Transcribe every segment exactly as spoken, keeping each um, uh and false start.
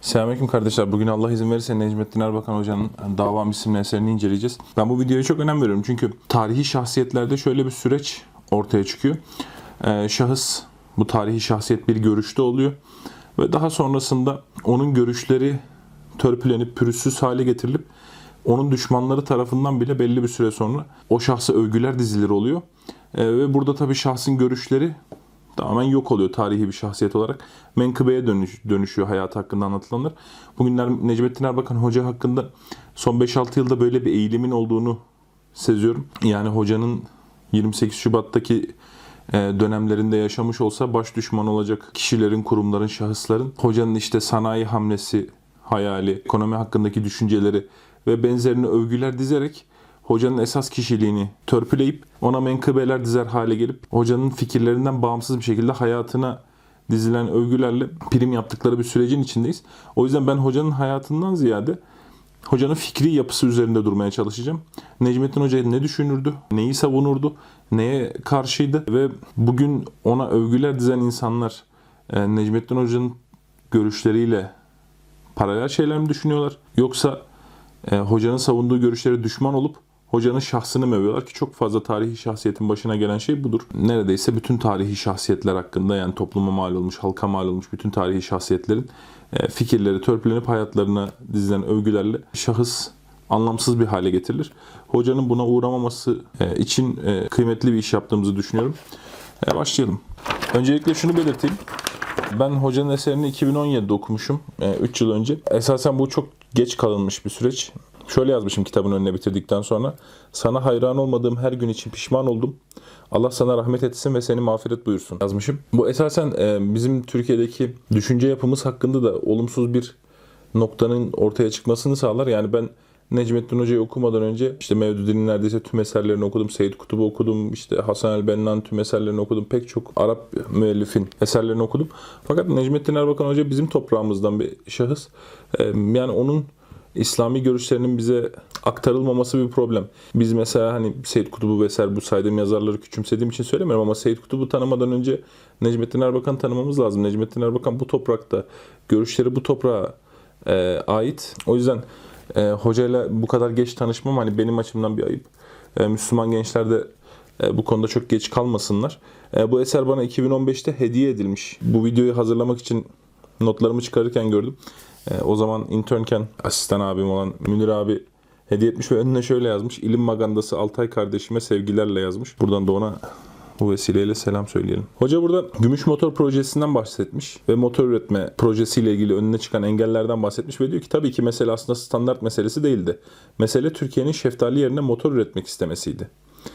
Selamünaleyküm kardeşler. Bugün Allah izin verirse Necmettin Erbakan Hoca'nın Davam isimli eserini inceleyeceğiz. Ben bu videoya çok önem veriyorum çünkü tarihi şahsiyetlerde şöyle bir süreç ortaya çıkıyor. Ee, şahıs, bu tarihi şahsiyet bir görüşte oluyor ve daha sonrasında onun görüşleri törpülenip pürüzsüz hale getirilip onun düşmanları tarafından bile belli bir süre sonra o şahsa övgüler dizileri oluyor. Ee, ve burada tabii şahsın görüşleri tamamen yok oluyor tarihi bir şahsiyet olarak. Menkıbeye dönüş, dönüşüyor hayatı hakkında anlatılanlar. Bugünler Necmettin Erbakan Hoca hakkında son beş altı yılda böyle bir eğilimin olduğunu seziyorum. Yani hocanın yirmi sekiz Şubat'taki dönemlerinde yaşamış olsa baş düşman olacak kişilerin, kurumların, şahısların hocanın işte sanayi hamlesi hayali, ekonomi hakkındaki düşünceleri ve benzerini övgüler dizerek hocanın esas kişiliğini törpüleyip ona menkıbeler dizer hale gelip hocanın fikirlerinden bağımsız bir şekilde hayatına dizilen övgülerle prim yaptıkları bir sürecin içindeyiz. O yüzden ben hocanın hayatından ziyade hocanın fikri yapısı üzerinde durmaya çalışacağım. Necmettin Hoca ne düşünürdü, neyi savunurdu, neye karşıydı ve bugün ona övgüler dizen insanlar Necmettin Hoca'nın görüşleriyle paralel şeyler mi düşünüyorlar? Yoksa e, hocanın savunduğu görüşlere düşman olup hocanın şahsını mı övüyorlar ki çok fazla tarihi şahsiyetin başına gelen şey budur. Neredeyse bütün tarihi şahsiyetler hakkında, yani topluma mal olmuş, halka mal olmuş bütün tarihi şahsiyetlerin e, fikirleri törpülenip hayatlarına dizilen övgülerle şahıs anlamsız bir hale getirilir. Hocanın buna uğramaması e, için e, kıymetli bir iş yaptığımızı düşünüyorum. E, başlayalım. Öncelikle şunu belirteyim. Ben hocanın eserini iki bin on yedide okumuşum, üç yıl önce. Esasen bu çok geç kalınmış bir süreç. Şöyle yazmışım kitabın önüne bitirdikten sonra. Sana hayran olmadığım her gün için pişman oldum. Allah sana rahmet etsin ve seni mağfiret buyursun yazmışım. Bu esasen bizim Türkiye'deki düşünce yapımız hakkında da olumsuz bir noktanın ortaya çıkmasını sağlar. Yani ben Necmettin Hoca'yı okumadan önce işte Mevdudi'nin neredeyse tüm eserlerini okudum. Seyyid Kutub'u okudum. İşte Hasan el-Benna'nın tüm eserlerini okudum. Pek çok Arap müellifin eserlerini okudum. Fakat Necmettin Erbakan Hoca bizim toprağımızdan bir şahıs. Yani onun İslami görüşlerinin bize aktarılmaması bir problem. Biz mesela hani Seyyid Kutub'u vesaire bu saydığım yazarları küçümsediğim için söylemiyorum ama Seyyid Kutub'u tanımadan önce Necmettin Erbakan'ı tanımamız lazım. Necmettin Erbakan bu toprakta, görüşleri bu toprağa e, ait. O yüzden E, hocayla bu kadar geç tanışmam hani benim açımdan bir ayıp. E, Müslüman gençler de e, bu konuda çok geç kalmasınlar. E, bu eser bana iki bin on beşte hediye edilmiş. Bu videoyu hazırlamak için notlarımı çıkarırken gördüm. E, o zaman internken asistan abim olan Münir abi hediye etmiş ve önüne şöyle yazmış. İlim magandası Altay kardeşime sevgilerle yazmış. Buradan da ona bu vesileyle selam söyleyelim. Hoca burada gümüş motor projesinden bahsetmiş ve motor üretme projesiyle ilgili önüne çıkan engellerden bahsetmiş ve diyor ki tabii ki mesele aslında standart meselesi değildi. Mesele Türkiye'nin şeftali yerine motor üretmek istemesiydi.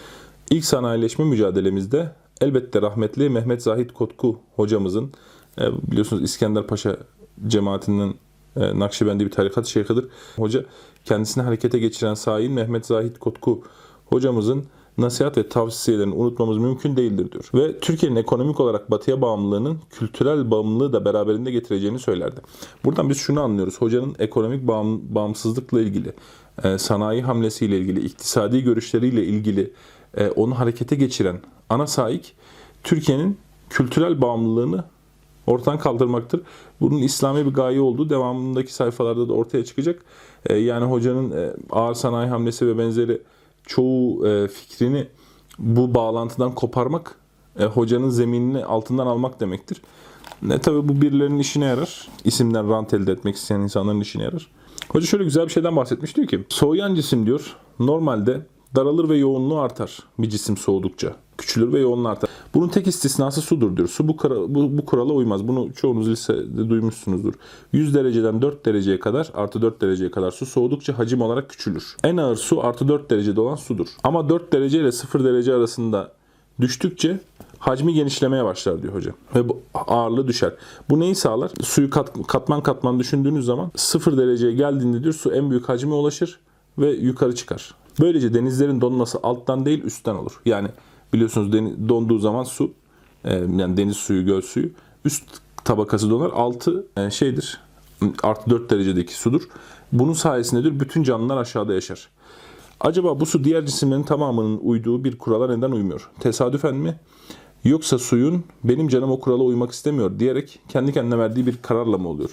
İlk sanayileşme mücadelemizde elbette rahmetli Mehmet Zahit Kotku hocamızın, biliyorsunuz İskender Paşa cemaatinden Nakşibendi bir tarikat şeyhidir. Hoca kendisini harekete geçiren sahin Mehmet Zahit Kotku hocamızın nasihat ve tavsiyelerini unutmamız mümkün değildir diyor. Ve Türkiye'nin ekonomik olarak batıya bağımlılığının kültürel bağımlılığı da beraberinde getireceğini söylerdi. Buradan biz şunu anlıyoruz. Hocanın ekonomik bağım, bağımsızlıkla ilgili, e, sanayi hamlesiyle ilgili, iktisadi görüşleriyle ilgili e, onu harekete geçiren ana saik Türkiye'nin kültürel bağımlılığını ortadan kaldırmaktır. Bunun İslami bir gaye olduğu devamındaki sayfalarda da ortaya çıkacak. E, yani hocanın e, ağır sanayi hamlesi ve benzeri çoğu e, fikrini bu bağlantıdan koparmak, e, hocanın zeminini altından almak demektir. Ne tabii bu birilerinin işine yarar. İsimden rant elde etmek isteyen insanların işine yarar. Hoca şöyle güzel bir şeyden bahsetmiş. Diyor ki, soğuyan cisim diyor, normalde daralır ve yoğunluğu artar. Bir cisim soğudukça küçülür ve yoğunluğu artar. Bunun tek istisnası sudur diyor. Su bu, bu, bu kurala uymaz. Bunu çoğunuz lisede duymuşsunuzdur. yüz dereceden dört dereceye kadar, artı dört dereceye kadar su soğudukça hacim olarak küçülür. En ağır su artı dört derecede olan sudur. Ama dört derece ile sıfır derece arasında düştükçe hacmi genişlemeye başlar diyor hoca. Ve bu ağırlığı düşer. Bu neyi sağlar? Suyu kat, katman katman düşündüğünüz zaman sıfır dereceye geldiğinde diyor su en büyük hacme ulaşır ve yukarı çıkar. Böylece denizlerin donması alttan değil üstten olur. Yani biliyorsunuz deniz, donduğu zaman su, e, yani deniz suyu, göl suyu üst tabakası donar. Altı e, şeydir, artı dört derecedeki sudur. Bunun sayesindedir bütün canlılar aşağıda yaşar. Acaba bu su diğer cisimlerin tamamının uyduğu bir kurala neden uymuyor? Tesadüfen mi? Yoksa suyun benim canım o kurala uymak istemiyor diyerek kendi kendine verdiği bir kararla mı oluyor?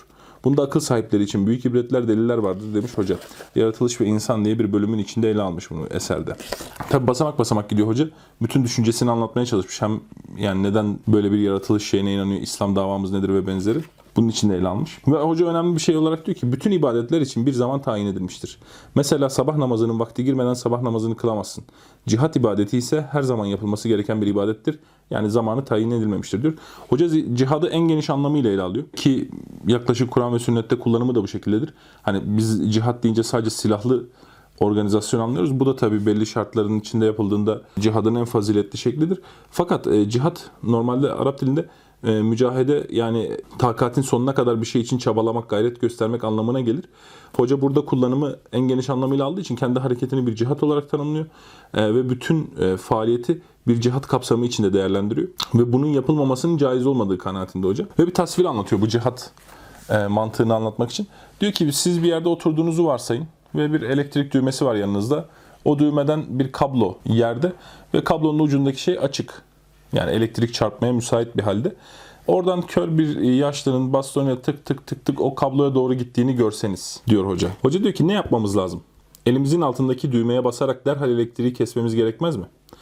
Bunda akıl sahipleri için büyük ibretler, deliller vardır demiş hoca. Yaratılış ve insan diye bir bölümün içinde ele almış bunu eserde. Tabi basamak basamak gidiyor hoca. Bütün düşüncesini anlatmaya çalışmış. Hem yani neden böyle bir yaratılış şeyine inanıyor, İslam davamız nedir ve benzeri. Bunun için de ele almış. Ve hoca önemli bir şey olarak diyor ki bütün ibadetler için bir zaman tayin edilmiştir. Mesela sabah namazının vakti girmeden sabah namazını kılamazsın. Cihat ibadeti ise her zaman yapılması gereken bir ibadettir. Yani zamanı tayin edilmemiştir diyor. Hoca cihadı en geniş anlamıyla ele alıyor. Ki yaklaşık Kur'an ve sünnette kullanımı da bu şekildedir. Hani biz cihat deyince sadece silahlı organizasyon anlıyoruz. Bu da tabii belli şartların içinde yapıldığında cihadın en faziletli şeklidir. Fakat e, cihat normalde Arap dilinde e, mücahede yani takatin sonuna kadar bir şey için çabalamak, gayret göstermek anlamına gelir. Hoca burada kullanımı en geniş anlamıyla aldığı için kendi hareketini bir cihat olarak tanımlıyor. E, ve bütün e, faaliyeti bir cihat kapsamı içinde değerlendiriyor. Ve bunun yapılmamasının caiz olmadığı kanaatinde hoca. Ve bir tasvir anlatıyor bu cihat e, mantığını anlatmak için. Diyor ki siz bir yerde oturduğunuzu varsayın. Ve bir elektrik düğmesi var yanınızda. O düğmeden bir kablo yerde ve kablonun ucundaki şey açık. Yani elektrik çarpmaya müsait bir halde. Oradan kör bir yaşlının bastonuyla tık tık tık tık o kabloya doğru gittiğini görseniz diyor hoca. Hoca diyor ki ne yapmamız lazım? Elimizin altındaki düğmeye basarak derhal elektriği kesmemiz gerekmez mi?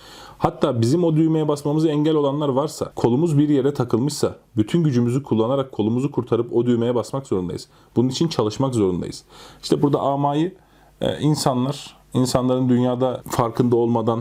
Hatta bizim o düğmeye basmamızı engel olanlar varsa, kolumuz bir yere takılmışsa, bütün gücümüzü kullanarak kolumuzu kurtarıp o düğmeye basmak zorundayız. Bunun için çalışmak zorundayız. İşte burada amayı e, insanlar, insanların dünyada farkında olmadan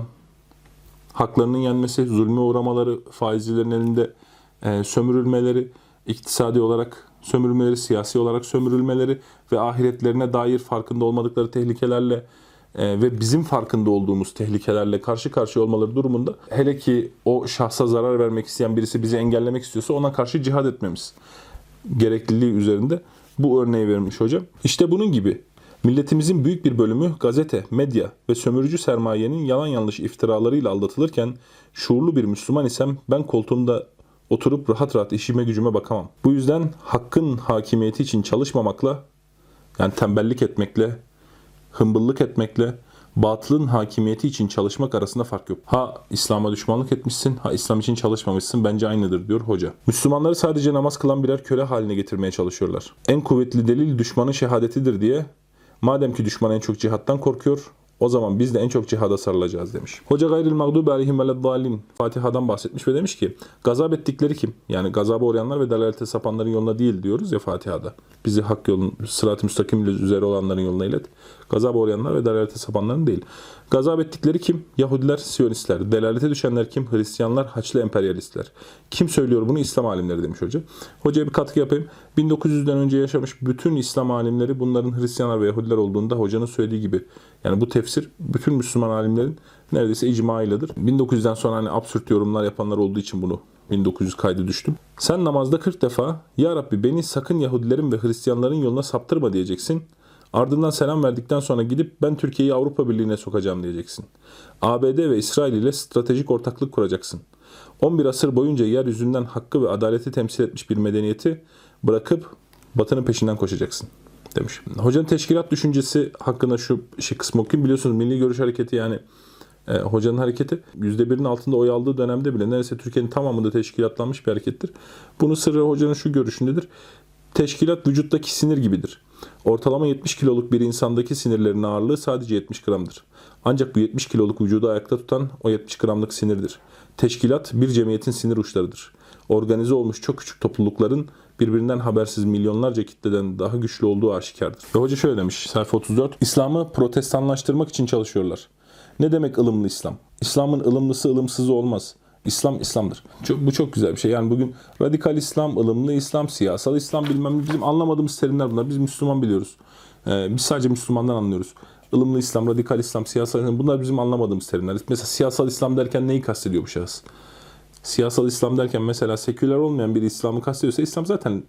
haklarının yenmesi, zulme uğramaları, faizcilerin elinde e, sömürülmeleri, iktisadi olarak sömürülmeleri, siyasi olarak sömürülmeleri ve ahiretlerine dair farkında olmadıkları tehlikelerle e, ve bizim farkında olduğumuz tehlikelerle karşı karşıya olmaları durumunda hele ki o şahsa zarar vermek isteyen birisi bizi engellemek istiyorsa ona karşı cihad etmemiz gerekliliği üzerinde bu örneği vermiş hocam. İşte bunun gibi milletimizin büyük bir bölümü gazete, medya ve sömürücü sermayenin yalan yanlış iftiralarıyla aldatılırken şuurlu bir Müslüman isem ben koltuğumda oturup rahat rahat işime gücüme bakamam. Bu yüzden hakkın hakimiyeti için çalışmamakla, yani tembellik etmekle, hımbıllık etmekle, batılın hakimiyeti için çalışmak arasında fark yok. Ha İslam'a düşmanlık etmişsin, ha İslam için çalışmamışsın, bence aynıdır diyor hoca. Müslümanları sadece namaz kılan birer köle haline getirmeye çalışıyorlar. En kuvvetli delil düşmanın şehadetidir diye, madem ki düşman en çok cihattan korkuyor, o zaman biz de en çok cihada sarılacağız demiş. Hoca gayril mağdubi aleyhim veleddallin Fatiha'dan bahsetmiş ve demiş ki gazap ettikleri kim? Yani gazaba uğrayanlar ve dalalete sapanların yoluna değil diyoruz ya Fatiha'da. Bizi hak yolun, sırat-ı müstakim üzere olanların yoluna ilet. Gazaba uğrayanlar ve dalalete sapanların değil. Gazap ettikleri kim? Yahudiler, Siyonistler. Delalete düşenler kim? Hristiyanlar, Haçlı emperyalistler. Kim söylüyor bunu? İslam alimleri demiş hoca. Hocaya bir katkı yapayım. bin dokuz yüzden önce yaşamış bütün İslam alimleri bunların Hristiyanlar ve Yahudiler olduğunda hocanın söylediği gibi. Yani bu tefsir bütün Müslüman alimlerin neredeyse icmaıyladır. bin dokuz yüzden sonra hani absürt yorumlar yapanlar olduğu için bunu bin dokuz yüz kaydı düştüm. Sen namazda kırk defa Ya Rabbi beni sakın Yahudilerin ve Hristiyanların yoluna saptırma diyeceksin. Ardından selam verdikten sonra gidip ben Türkiye'yi Avrupa Birliği'ne sokacağım diyeceksin. A B D ve İsrail ile stratejik ortaklık kuracaksın. on bir asır boyunca yeryüzünden hakkı ve adaleti temsil etmiş bir medeniyeti bırakıp Batı'nın peşinden koşacaksın demiş. Hocanın teşkilat düşüncesi hakkında şu şey kısmı okuyayım. Biliyorsunuz Milli Görüş Hareketi yani e, hocanın hareketi yüzde birin altında oy aldığı dönemde bile neredeyse Türkiye'nin tamamında teşkilatlanmış bir harekettir. Bunun sırrı hocanın şu görüşündedir. Teşkilat vücuttaki sinir gibidir. Ortalama yetmiş kiloluk bir insandaki sinirlerin ağırlığı sadece yetmiş gramdır. Ancak bu yetmiş kiloluk vücudu ayakta tutan o yetmiş gramlık sinirdir. Teşkilat bir cemiyetin sinir uçlarıdır. Organize olmuş çok küçük toplulukların birbirinden habersiz milyonlarca kitleden daha güçlü olduğu aşikardır. Ve hoca şöyle demiş sayfa otuz dört. İslam'ı protestanlaştırmak için çalışıyorlar. Ne demek ılımlı İslam? İslam'ın ılımlısı ılımsızı olmaz. İslam İslam'dır. Çok, bu çok güzel bir şey. Yani bugün radikal İslam, ılımlı İslam, siyasal İslam bilmem ne bizim anlamadığımız terimler bunlar. Biz Müslüman biliyoruz. Ee, biz sadece Müslümandan anlıyoruz. Ilımlı İslam, radikal İslam, siyasal İslam bunlar bizim anlamadığımız terimler. Mesela siyasal İslam derken neyi kastediyor bu şahıs? Siyasal İslam derken mesela seküler olmayan bir İslam'ı kastediyorsa İslam zaten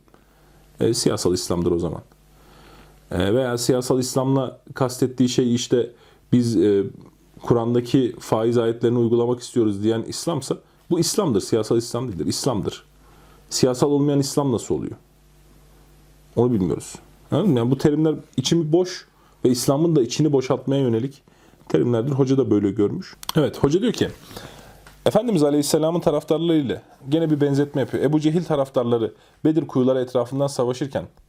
e, siyasal İslam'dır o zaman. E, veya siyasal İslam'la kastettiği şey işte biz e, Kur'an'daki faiz ayetlerini uygulamak istiyoruz diyen İslam'sa bu İslam'dır. Siyasal İslam değildir. İslam'dır. Siyasal olmayan İslam nasıl oluyor? Onu bilmiyoruz. Yani bu terimler içimi boş ve İslam'ın da içini boşaltmaya yönelik terimlerdir. Hoca da böyle görmüş. Evet, hoca diyor ki Efendimiz Aleyhisselam'ın taraftarlarıyla gene bir benzetme yapıyor. Ebu Cehil taraftarları Bedir kuyuları etrafından savaşırken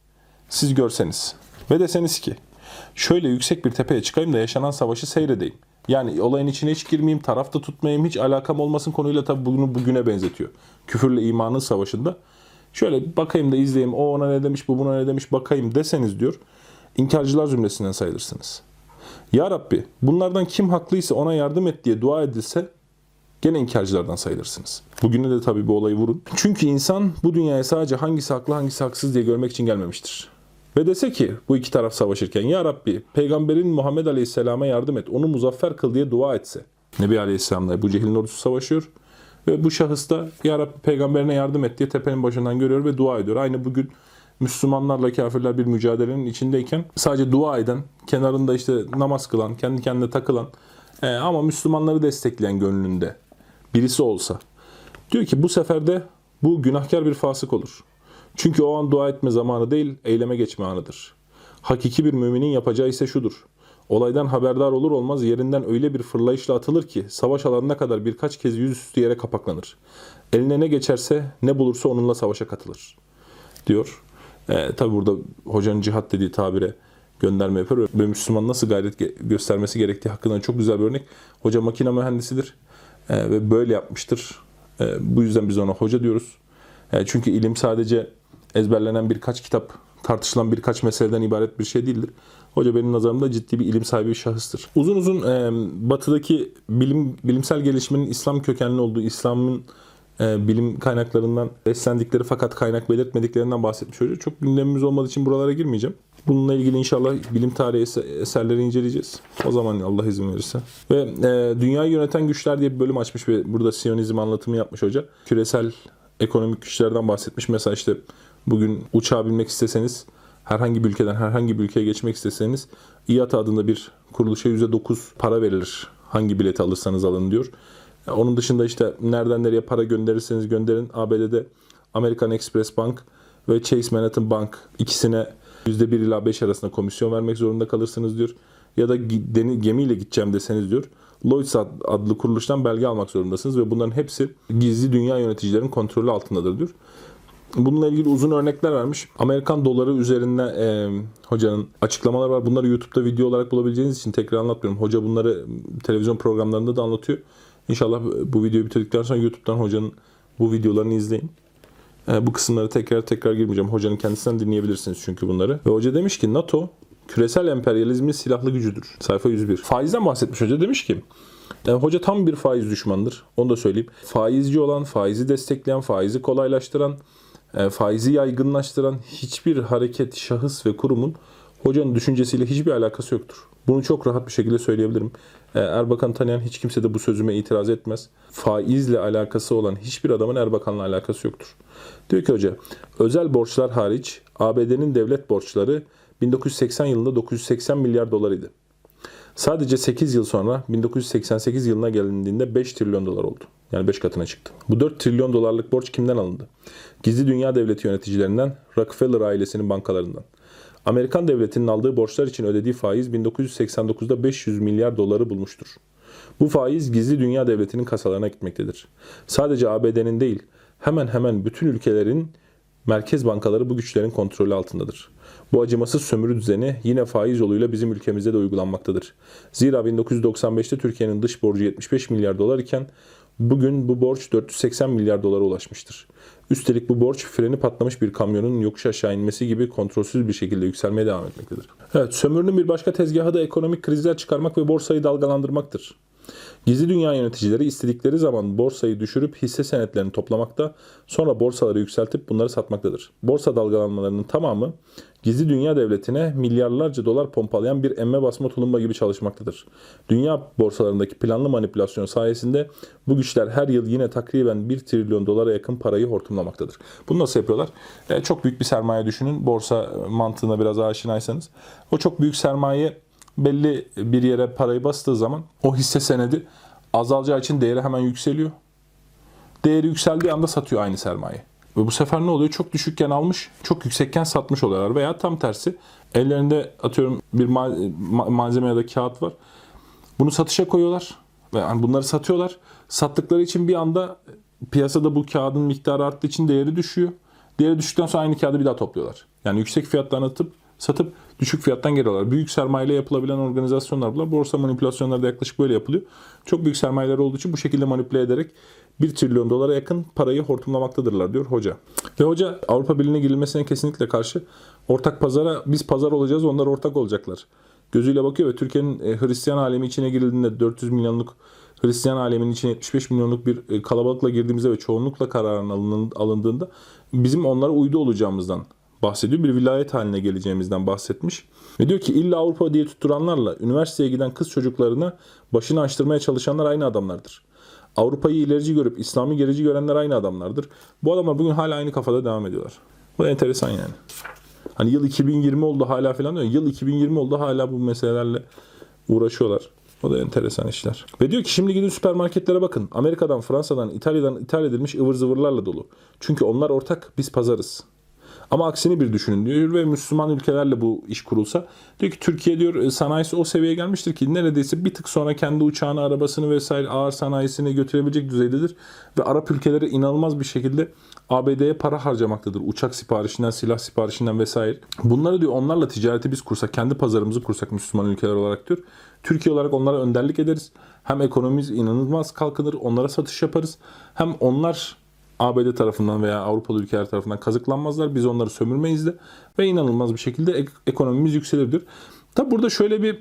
siz görseniz ve deseniz ki şöyle yüksek bir tepeye çıkayım da yaşanan savaşı seyredeyim. Yani olayın içine hiç girmeyeyim, tarafta tutmayayım, hiç alakam olmasın konuyla, tabi bunu bugüne benzetiyor. Küfürle imanın savaşında. Şöyle bakayım da izleyeyim, o ona ne demiş, bu buna ne demiş bakayım deseniz diyor. İnkarcılar zümresinden sayılırsınız. Ya Rabbi bunlardan kim haklıysa ona yardım et diye dua edilse gene inkarcılardan sayılırsınız. Bugüne de tabii bu olayı vurun. Çünkü insan bu dünyaya sadece hangisi haklı hangisi haksız diye görmek için gelmemiştir. Ve dese ki bu iki taraf savaşırken ya Rabbi peygamberin Muhammed Aleyhisselam'a yardım et, onu muzaffer kıl diye dua etse. Nebi Aleyhisselam'la bu cehilin ordusu savaşıyor. Ve bu şahıs da ya Rabbi peygamberine yardım et diye tepenin başından görüyor ve dua ediyor. Aynı bugün Müslümanlarla kafirler bir mücadelenin içindeyken sadece dua eden, kenarında işte namaz kılan, kendi kendine takılan e, ama Müslümanları destekleyen gönlünde birisi olsa. Diyor ki bu sefer de bu günahkar bir fasık olur. Çünkü o an dua etme zamanı değil, eyleme geçme anıdır. Hakiki bir müminin yapacağı ise şudur. Olaydan haberdar olur olmaz yerinden öyle bir fırlayışla atılır ki savaş alanına kadar birkaç kez yüzüstü yere kapaklanır. Eline ne geçerse ne bulursa onunla savaşa katılır. Diyor. E, tabi burada hocanın cihat dediği tabire gönderme yapıyor ve Müslüman nasıl gayret göstermesi gerektiği hakkında çok güzel bir örnek. Hoca makine mühendisidir e, ve böyle yapmıştır. E, bu yüzden biz ona hoca diyoruz. E, çünkü ilim sadece ezberlenen birkaç kitap, tartışılan birkaç meseleden ibaret bir şey değildir. Hoca benim nazarımda ciddi bir ilim sahibi bir şahıstır. Uzun uzun e, batıdaki bilim bilimsel gelişmenin İslam kökenli olduğu, İslam'ın e, bilim kaynaklarından beslendikleri fakat kaynak belirtmediklerinden bahsetmiş hoca. Çok gündemimiz olmadığı için buralara girmeyeceğim. Bununla ilgili inşallah bilim tarihi eserleri inceleyeceğiz. O zaman Allah izin verirse. Ve e, dünyayı yöneten güçler diye bir bölüm açmış ve burada Siyonizm anlatımı yapmış hoca. Küresel ekonomik güçlerden bahsetmiş. Mesela işte bugün uçağa binmek isteseniz, herhangi bir ülkeden herhangi bir ülkeye geçmek isteseniz İ A T A adında bir kuruluşa yüzde dokuz para verilir. Hangi bileti alırsanız alın diyor. Onun dışında işte nereden nereye para gönderirseniz gönderin. A B D'de American Express Bank ve Chase Manhattan Bank ikisine yüzde bir ila beş arasında komisyon vermek zorunda kalırsınız diyor. Ya da gemiyle gideceğim deseniz diyor. Lloyds adlı kuruluştan belge almak zorundasınız ve bunların hepsi gizli dünya yöneticilerin kontrolü altındadır diyor. Bununla ilgili uzun örnekler vermiş. Amerikan doları üzerinde e, hocanın açıklamaları var. Bunları YouTube'da video olarak bulabileceğiniz için tekrar anlatmıyorum. Hoca bunları televizyon programlarında da anlatıyor. İnşallah bu videoyu bitirdikten sonra YouTube'dan hocanın bu videolarını izleyin. E, bu kısımları tekrar tekrar girmeyeceğim. Hocanın kendisinden dinleyebilirsiniz çünkü bunları. Ve hoca demiş ki NATO küresel emperyalizmin silahlı gücüdür. Sayfa yüz bir. Faizden bahsetmiş hoca. Demiş ki yani hoca tam bir faiz düşmanıdır. Onu da söyleyeyim. Faizci olan, faizi destekleyen, faizi kolaylaştıran, faizi yaygınlaştıran hiçbir hareket, şahıs ve kurumun hocanın düşüncesiyle hiçbir alakası yoktur. Bunu çok rahat bir şekilde söyleyebilirim. Erbakan'ı tanıyan hiç kimse de bu sözüme itiraz etmez. Faizle alakası olan hiçbir adamın Erbakan'la alakası yoktur. Diyor ki hoca, özel borçlar hariç A B D'nin devlet borçları bin dokuz yüz seksen yılında dokuz yüz seksen milyar dolar idi. Sadece sekiz yıl sonra bin dokuz yüz seksen sekiz yılına gelindiğinde beş trilyon dolar oldu. Yani beş katına çıktı. Bu dört trilyon dolarlık borç kimden alındı? Gizli dünya devleti yöneticilerinden, Rockefeller ailesinin bankalarından. Amerikan devletinin aldığı borçlar için ödediği faiz bin dokuz yüz seksen dokuzda beş yüz milyar doları bulmuştur. Bu faiz gizli dünya devletinin kasalarına gitmektedir. Sadece A B D'nin değil, hemen hemen bütün ülkelerin merkez bankaları bu güçlerin kontrolü altındadır. Bu acımasız sömürü düzeni yine faiz yoluyla bizim ülkemizde de uygulanmaktadır. Zira bin dokuz yüz doksan beşte Türkiye'nin dış borcu yetmiş beş milyar dolar iken bugün bu borç dört yüz seksen milyar dolara ulaşmıştır. Üstelik bu borç freni patlamış bir kamyonun yokuş aşağı inmesi gibi kontrolsüz bir şekilde yükselmeye devam etmektedir. Evet, sömürünün bir başka tezgahı da ekonomik krizler çıkarmak ve borsayı dalgalandırmaktır. Gizli dünya yöneticileri istedikleri zaman borsayı düşürüp hisse senetlerini toplamakta, sonra borsaları yükseltip bunları satmaktadır. Borsa dalgalanmalarının tamamı gizli dünya devletine milyarlarca dolar pompalayan bir emme basma tulumba gibi çalışmaktadır. Dünya borsalarındaki planlı manipülasyon sayesinde bu güçler her yıl yine takriben bir trilyon dolara yakın parayı hortumlamaktadır. Bunu nasıl yapıyorlar? E, çok büyük bir sermaye düşünün. Borsa mantığına biraz aşinaysanız. O çok büyük sermaye belli bir yere parayı bastığı zaman o hisse senedi azalacağı için değeri hemen yükseliyor. Değeri yükseldiği anda satıyor aynı sermaye. Ve bu sefer ne oluyor? Çok düşükken almış, çok yüksekken satmış oluyorlar. Veya tam tersi, ellerinde atıyorum bir malzeme ya da kağıt var. Bunu satışa koyuyorlar ve yani bunları satıyorlar. Sattıkları için bir anda piyasada bu kağıdın miktarı arttığı için değeri düşüyor. Diğeri düştükten sonra aynı kağıdı bir daha topluyorlar. Yani yüksek fiyattan atıp satıp düşük fiyattan geri alıyorlar. Büyük sermayeyle yapılabilen organizasyonlar bunlar. Borsa manipülasyonları da yaklaşık böyle yapılıyor. Çok büyük sermayeler olduğu için bu şekilde manipüle ederek bir trilyon dolara yakın parayı hortumlamaktadırlar diyor hoca. Ve hoca Avrupa Birliği'ne girilmesine kesinlikle karşı. Ortak pazara biz pazar olacağız, onlar ortak olacaklar gözüyle bakıyor ve Türkiye'nin Hristiyan alemi içine girildiğinde dört yüz milyonluk Hristiyan aleminin içine yetmiş beş milyonluk bir kalabalıkla girdiğimizde ve çoğunlukla kararın alındığında bizim onlara uydu olacağımızdan bahsediyor. Bir vilayet haline geleceğimizden bahsetmiş. Ve diyor ki illa Avrupa diye tutturanlarla üniversiteye giden kız çocuklarına başını açtırmaya çalışanlar aynı adamlardır. Avrupa'yı ilerici görüp İslam'ı gerici görenler aynı adamlardır. Bu adamlar bugün hala aynı kafada devam ediyorlar. Bu da enteresan yani. Hani yıl iki bin yirmi oldu hala falan diyor. Yıl iki bin yirmi oldu hala bu meselelerle uğraşıyorlar. O da enteresan işler. Ve diyor ki şimdi gidin süpermarketlere bakın. Amerika'dan, Fransa'dan, İtalya'dan ithal edilmiş ıvır zıvırlarla dolu. Çünkü onlar ortak, biz pazarız. Ama aksini bir düşünün diyor ve Müslüman ülkelerle bu iş kurulsa. Diyor ki Türkiye diyor sanayisi o seviyeye gelmiştir ki neredeyse bir tık sonra kendi uçağını, arabasını vesaire ağır sanayisini götürebilecek düzeydedir. Ve Arap ülkeleri inanılmaz bir şekilde A B D'ye para harcamaktadır. Uçak siparişinden, silah siparişinden vesaire. Bunları diyor onlarla ticareti biz kursak, kendi pazarımızı kursak Müslüman ülkeler olarak diyor. Türkiye olarak onlara önderlik ederiz. Hem ekonomimiz inanılmaz kalkınır, onlara satış yaparız. Hem onlar A B D tarafından veya Avrupalı ülkeler tarafından kazıklanmazlar. Biz onları sömürmeyiz de ve inanılmaz bir şekilde ek- ekonomimiz yükselir diyor. Tabi burada şöyle bir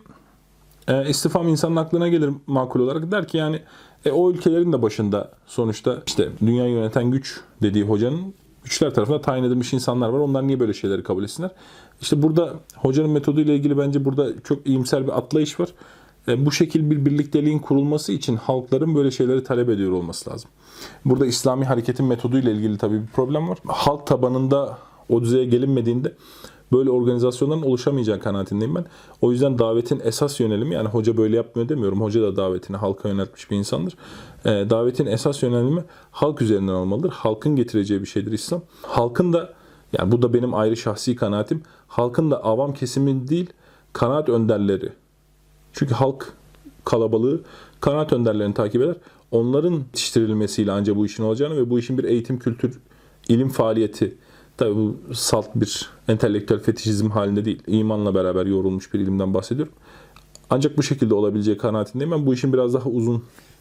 e, istifam insanın aklına gelir makul olarak. Der ki yani e, o ülkelerin de başında sonuçta işte dünyayı yöneten güç dediği hocanın güçler tarafından tayin edilmiş insanlar var. Onlar niye böyle şeyleri kabul etsinler? İşte burada hocanın metoduyla ilgili bence burada çok iyimser bir atlayış var. Bu şekil bir birlikteliğin kurulması için halkların böyle şeyleri talep ediyor olması lazım. Burada İslami hareketin metoduyla ilgili tabii bir problem var. Halk tabanında o düzeye gelinmediğinde böyle organizasyonların oluşamayacağı kanaatindeyim ben. O yüzden davetin esas yönelimi, yani hoca böyle yapmıyor demiyorum. Hoca da davetini halka yöneltmiş bir insandır. E, davetin esas yönelimi halk üzerinden olmalıdır. Halkın getireceği bir şeydir İslam. Halkın da, yani bu da benim ayrı şahsi kanaatim, halkın da avam kesimin değil, kanaat önderleri. Çünkü halk kalabalığı kanaat önderlerini takip eder. Onların yetiştirilmesiyle ancak bu işin olacağını ve bu işin bir eğitim, kültür, ilim faaliyeti, tabii bu salt bir entelektüel fetişizm halinde değil, imanla beraber yoğrulmuş bir ilimden bahsediyorum. Ancak bu şekilde olabileceği kanaatindeyim. Ben bu işin biraz daha uzun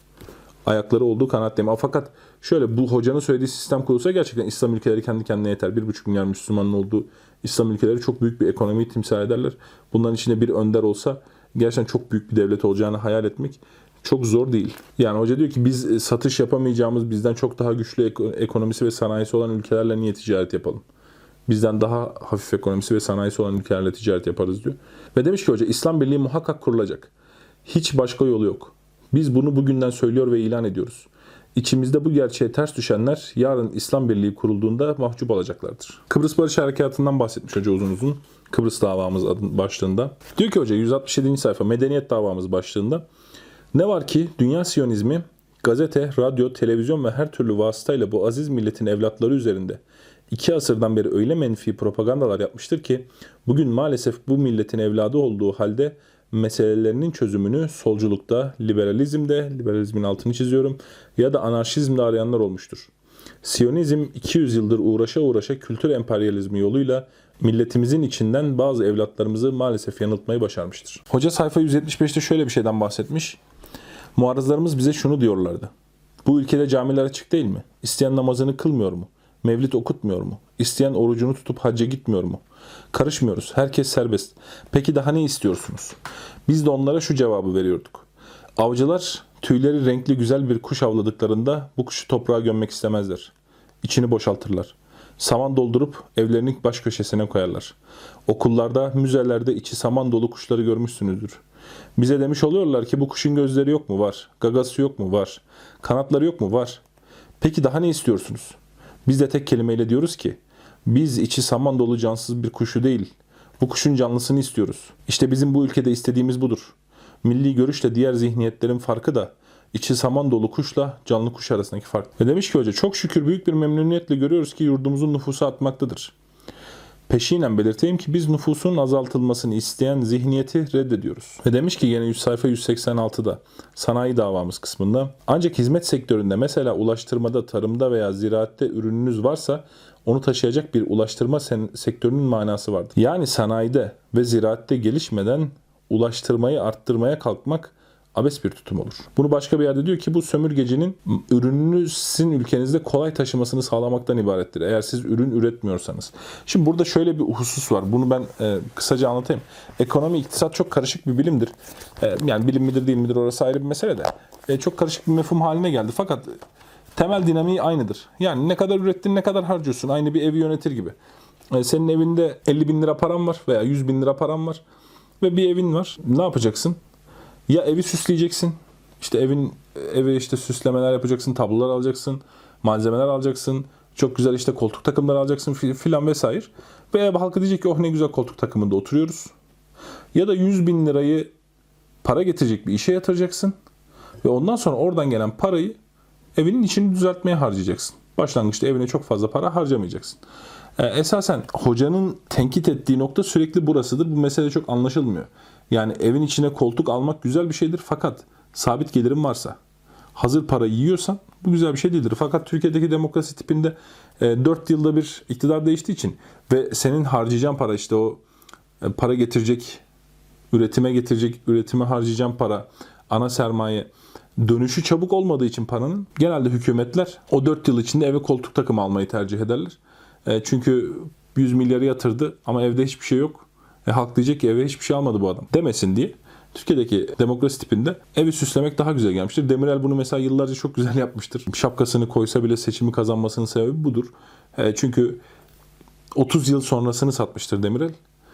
ayakları olduğu kanaatteyim. Fakat şöyle, bu hocanın söylediği sistem kurulsa gerçekten İslam ülkeleri kendi kendine yeter. Bir buçuk milyar Müslümanın olduğu İslam ülkeleri çok büyük bir ekonomiyi timsal ederler. Bunların içinde bir önder olsa gerçekten çok büyük bir devlet olacağını hayal etmek çok zor değil. Yani hoca diyor ki biz satış yapamayacağımız, bizden çok daha güçlü ekonomisi ve sanayisi olan ülkelerle niye ticaret yapalım? Bizden daha hafif ekonomisi ve sanayisi olan ülkelerle ticaret yaparız diyor. Ve demiş ki hoca, İslam Birliği muhakkak kurulacak. Hiç başka yolu yok. Biz bunu bugünden söylüyor ve ilan ediyoruz. İçimizde bu gerçeğe ters düşenler yarın İslam Birliği kurulduğunda mahcup olacaklardır. Kıbrıs Barış Harekatı'ndan bahsetmiş hoca uzun uzun. Kıbrıs davamız adın başlığında. Diyor ki hoca, yüz altmış yedinci sayfa Medeniyet davamız başlığında. Ne var ki dünya Siyonizmi gazete, radyo, televizyon ve her türlü vasıtayla bu aziz milletin evlatları üzerinde iki asırdan beri öyle menfi propagandalar yapmıştır ki bugün maalesef bu milletin evladı olduğu halde meselelerinin çözümünü solculukta, liberalizmde, liberalizmin altını çiziyorum, ya da anarşizmde arayanlar olmuştur. Siyonizm iki yüz yıldır uğraşa uğraşa kültür emperyalizmi yoluyla milletimizin içinden bazı evlatlarımızı maalesef yanıltmayı başarmıştır. Hoca sayfa yüz yetmiş beşte şöyle bir şeyden bahsetmiş. Muarızlarımız bize şunu diyorlardı. Bu ülkede camiler açık değil mi? İsteyen namazını kılmıyor mu? Mevlid okutmuyor mu? İsteyen orucunu tutup hacca gitmiyor mu? Karışmıyoruz. Herkes serbest. Peki daha ne istiyorsunuz? Biz de onlara şu cevabı veriyorduk. Avcılar tüyleri renkli güzel bir kuş avladıklarında bu kuşu toprağa gömmek istemezler. İçini boşaltırlar. Saman doldurup evlerinin baş köşesine koyarlar. Okullarda, müzelerde içi saman dolu kuşları görmüşsünüzdür. Bize demiş oluyorlar ki bu kuşun gözleri yok mu? Var. Gagası yok mu? Var. Kanatları yok mu? Var. Peki daha ne istiyorsunuz? Biz de tek kelimeyle diyoruz ki biz içi saman dolu cansız bir kuşu değil, bu kuşun canlısını istiyoruz. İşte bizim bu ülkede istediğimiz budur. Milli görüşle diğer zihniyetlerin farkı da içi saman dolu kuşla canlı kuş arasındaki fark. Ve demiş ki hoca, çok şükür büyük bir memnuniyetle görüyoruz ki yurdumuzun nüfusu artmaktadır. Peşinen belirteyim ki biz nüfusun azaltılmasını isteyen zihniyeti reddediyoruz. Ve demiş ki yine sayfa yüz seksen altıda sanayi davamız kısmında, ancak hizmet sektöründe mesela ulaştırmada, tarımda veya ziraatte ürününüz varsa onu taşıyacak bir ulaştırma sen- sektörünün manası vardır. Yani sanayide ve ziraatte gelişmeden ulaştırmayı arttırmaya kalkmak abes bir tutum olur. Bunu başka bir yerde diyor ki bu sömürgecinin ürününü sizin ülkenizde kolay taşımasını sağlamaktan ibarettir. Eğer siz ürün üretmiyorsanız. Şimdi burada şöyle bir husus var. Bunu ben e, kısaca anlatayım. Ekonomi, iktisat çok karışık bir bilimdir. E, yani bilim midir değil midir orası ayrı bir mesele de. E, çok karışık bir mefhum haline geldi. Fakat temel dinamiği aynıdır. Yani ne kadar ürettin, ne kadar harcıyorsun. Aynı bir evi yönetir gibi. E, senin evinde elli bin lira param var veya yüz bin lira param var ve bir evin var. Ne yapacaksın? Ya evi süsleyeceksin. İşte evin eve işte süslemeler yapacaksın, tablolar alacaksın, malzemeler alacaksın. Çok güzel işte koltuk takımları alacaksın filan vesaire. Ve ev halkı diyecek ki oh ne güzel koltuk takımında oturuyoruz. Ya da yüz bin lirayı para getirecek bir işe yatıracaksın. Ve ondan sonra oradan gelen parayı evinin içini düzeltmeye harcayacaksın. Başlangıçta evine çok fazla para harcamayacaksın. Ee, esasen hocanın tenkit ettiği nokta sürekli burasıdır. Bu mesele çok anlaşılmıyor. Yani evin içine koltuk almak güzel bir şeydir fakat sabit gelirin varsa, hazır para yiyorsan bu güzel bir şey değildir. Fakat Türkiye'deki demokrasi tipinde e, dört yılda bir iktidar değiştiği için ve senin harcayacağın para işte o e, para getirecek, üretime getirecek, üretime harcayacağın para, ana sermaye dönüşü çabuk olmadığı için paranın genelde hükümetler o dört yıl içinde eve koltuk takımı almayı tercih ederler. E, çünkü yüz milyarı yatırdı ama evde hiçbir şey yok. E, halk diyecek ki eve hiçbir şey almadı bu adam demesin diye. Türkiye'deki demokrasi tipinde evi süslemek daha güzel gelmiştir. Demirel bunu mesela yıllarca çok güzel yapmıştır. Şapkasını koysa bile seçimi kazanmasının sebebi budur. E, çünkü otuz yıl sonrasını satmıştır Demirel.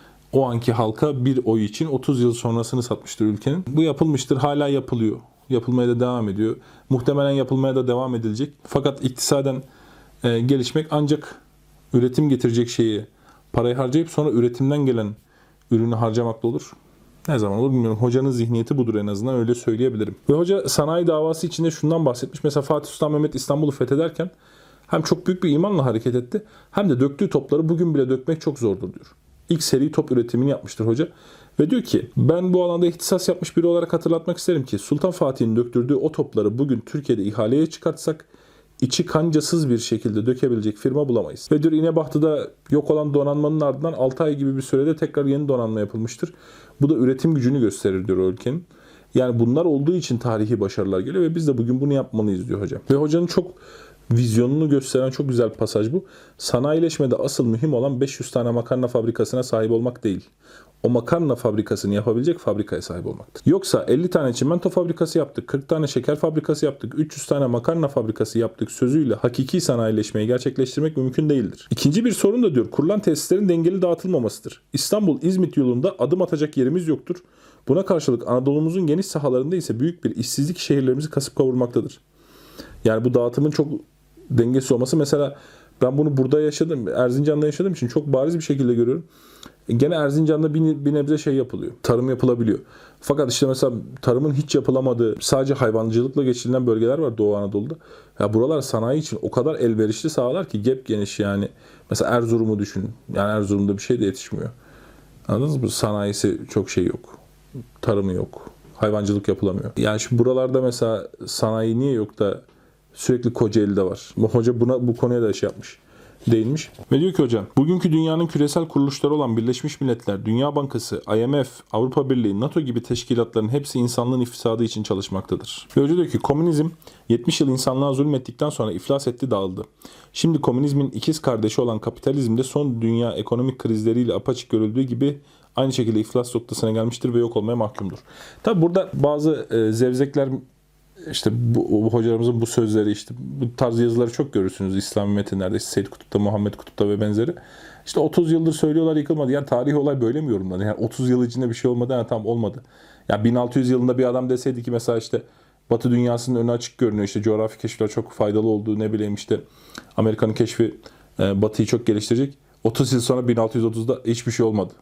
O anki halka bir oy için otuz yıl sonrasını satmıştır ülkenin. Bu yapılmıştır, hala yapılıyor. Yapılmaya da devam ediyor. Muhtemelen yapılmaya da devam edilecek. Fakat iktisaden e, gelişmek ancak üretim getirecek şeyi parayı harcayıp sonra üretimden gelen ürünü harcamakla olur. Ne zaman olur bilmiyorum. Hocanın zihniyeti budur, en azından öyle söyleyebilirim. Ve hoca sanayi davası içinde şundan bahsetmiş. Mesela Fatih Sultan Mehmet İstanbul'u fethederken hem çok büyük bir imanla hareket etti hem de döktüğü topları bugün bile dökmek çok zordur diyor. İlk seri top üretimini yapmıştır hoca. Ve diyor ki ben bu alanda ihtisas yapmış biri olarak hatırlatmak isterim ki Sultan Fatih'in döktürdüğü o topları bugün Türkiye'de ihaleye çıkartsak içi kancasız bir şekilde dökebilecek firma bulamayız. Ve diyor İnebahtı'da yok olan donanmanın ardından altı ay gibi bir sürede tekrar yeni donanma yapılmıştır. Bu da üretim gücünü gösterir diyor o ülkenin. Yani bunlar olduğu için tarihi başarılar geliyor ve biz de bugün bunu yapmalıyız diyor hocam. Ve hocanın çok vizyonunu gösteren çok güzel bir pasaj bu. Sanayileşmede asıl mühim olan beş yüz tane makarna fabrikasına sahip olmak değil. O makarna fabrikasını yapabilecek fabrikaya sahip olmaktır. Yoksa elli tane çimento fabrikası yaptık, kırk tane şeker fabrikası yaptık, üç yüz tane makarna fabrikası yaptık sözüyle hakiki sanayileşmeyi gerçekleştirmek mümkün değildir. İkinci bir sorun da diyor kurulan tesislerin dengeli dağıtılmamasıdır. İstanbul-İzmit yolunda adım atacak yerimiz yoktur. Buna karşılık Anadolu'muzun geniş sahalarında ise büyük bir işsizlik şehirlerimizi kasıp kavurmaktadır. Yani bu dağıtımın çok dengesiz olması, mesela ben bunu burada yaşadım, Erzincan'da yaşadığım için çok bariz bir şekilde görüyorum. Gene Erzincan'da bir, bir nebze şey yapılıyor. Tarım yapılabiliyor. Fakat işte mesela tarımın hiç yapılamadığı, sadece hayvancılıkla geçirilen bölgeler var Doğu Anadolu'da. Ya buralar sanayi için o kadar elverişli sahalar ki gep geniş yani. Mesela Erzurum'u düşünün. Yani Erzurum'da bir şey de yetişmiyor. Anladınız mı? Sanayisi çok şey yok. Tarımı yok. Hayvancılık yapılamıyor. Yani şimdi buralarda mesela sanayi niye yok da sürekli Kocaeli'de var. Bu hoca buna bu konuya da şey yapmış. Değinmiş. Ve diyor ki hocam, bugünkü dünyanın küresel kuruluşları olan Birleşmiş Milletler, Dünya Bankası, I M F, Avrupa Birliği, NATO gibi teşkilatların hepsi insanlığın ifsadı için çalışmaktadır. Ve hoca diyor ki komünizm yetmiş yıl insanlığa zulmettikten sonra iflas etti, dağıldı. Şimdi komünizmin ikiz kardeşi olan kapitalizmde son dünya ekonomik krizleriyle apaçık görüldüğü gibi aynı şekilde iflas noktasına gelmiştir ve yok olmaya mahkumdur. Tabi burada bazı e, zevzekler, İşte bu, bu hocalarımızın bu sözleri, işte bu tarz yazıları çok görürsünüz İslami metinlerde. İşte Seyyid Kutup'ta, Muhammed Kutup'ta ve benzeri. İşte otuz yıldır söylüyorlar yıkılmadı. Yani tarihi olay böyle mi yorumlanır? Yani otuz yıl içinde bir şey olmadı. Yani tam olmadı. Yani bin altı yüz yılında bir adam deseydi ki mesela işte Batı dünyasının önü açık görünüyor. İşte coğrafi keşifler çok faydalı olduğu, ne bileyim işte Amerika'nın keşfi e, Batı'yı çok geliştirecek. otuz yıl sonra bin altı yüz otuzda hiçbir şey olmadı.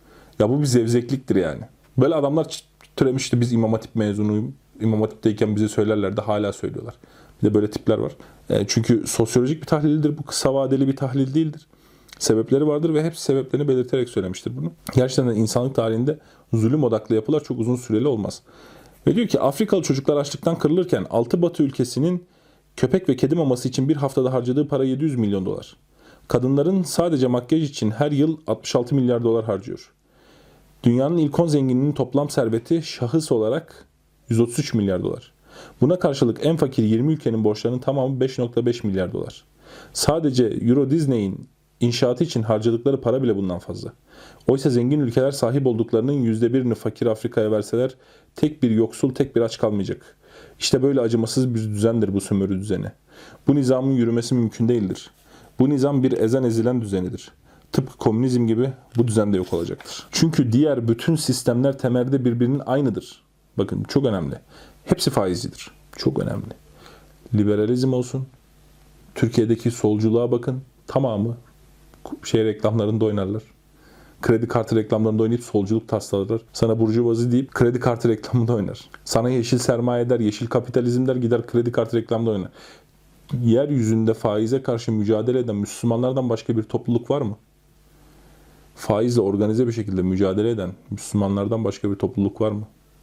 Ya bu bir zevzekliktir yani. Böyle adamlar türemişti, biz İmam Hatip mezunuyum. İmam Hatip'teyken bize söylerlerdi, hala söylüyorlar. Bir de böyle tipler var. E, çünkü sosyolojik bir tahlildir bu, kısa vadeli bir tahlil değildir. Sebepleri vardır ve hepsi sebeplerini belirterek söylemiştir bunu. Gerçekten de insanlık tarihinde zulüm odaklı yapılar çok uzun süreli olmaz. Ve diyor ki Afrikalı çocuklar açlıktan kırılırken altı Batı ülkesinin köpek ve kedi maması için bir haftada harcadığı para yedi yüz milyon dolar. Kadınların sadece makyaj için her yıl altmış altı milyar dolar harcıyor. Dünyanın ilk on zengininin toplam serveti şahıs olarak yüz otuz üç milyar dolar. Buna karşılık en fakir yirmi ülkenin borçlarının tamamı beş virgül beş milyar dolar. Sadece Euro Disney'in inşaatı için harcadıkları para bile bundan fazla. Oysa zengin ülkeler sahip olduklarının yüzde birini fakir Afrika'ya verseler tek bir yoksul, tek bir aç kalmayacak. İşte böyle acımasız bir düzendir bu sömürü düzeni. Bu nizamın yürümesi mümkün değildir. Bu nizam bir ezen ezilen düzenidir. Tıpkı komünizm gibi bu düzen de yok olacaktır. Çünkü diğer bütün sistemler temelde birbirinin aynıdır. Bakın çok önemli. Hepsi faizcidir. Çok önemli. Liberalizm olsun. Türkiye'deki solculuğa bakın. Tamamı şey reklamlarında oynarlar. Kredi kartı reklamlarında oynayıp solculuk taslalarlar. Sana burjuvazi deyip kredi kartı reklamında oynar. Sana yeşil sermaye der, yeşil kapitalizm der, gider kredi kartı reklamında oynar. Yeryüzünde faize karşı mücadele eden Müslümanlardan başka bir topluluk var mı? Faizle organize bir şekilde mücadele eden Müslümanlardan başka bir topluluk var mı?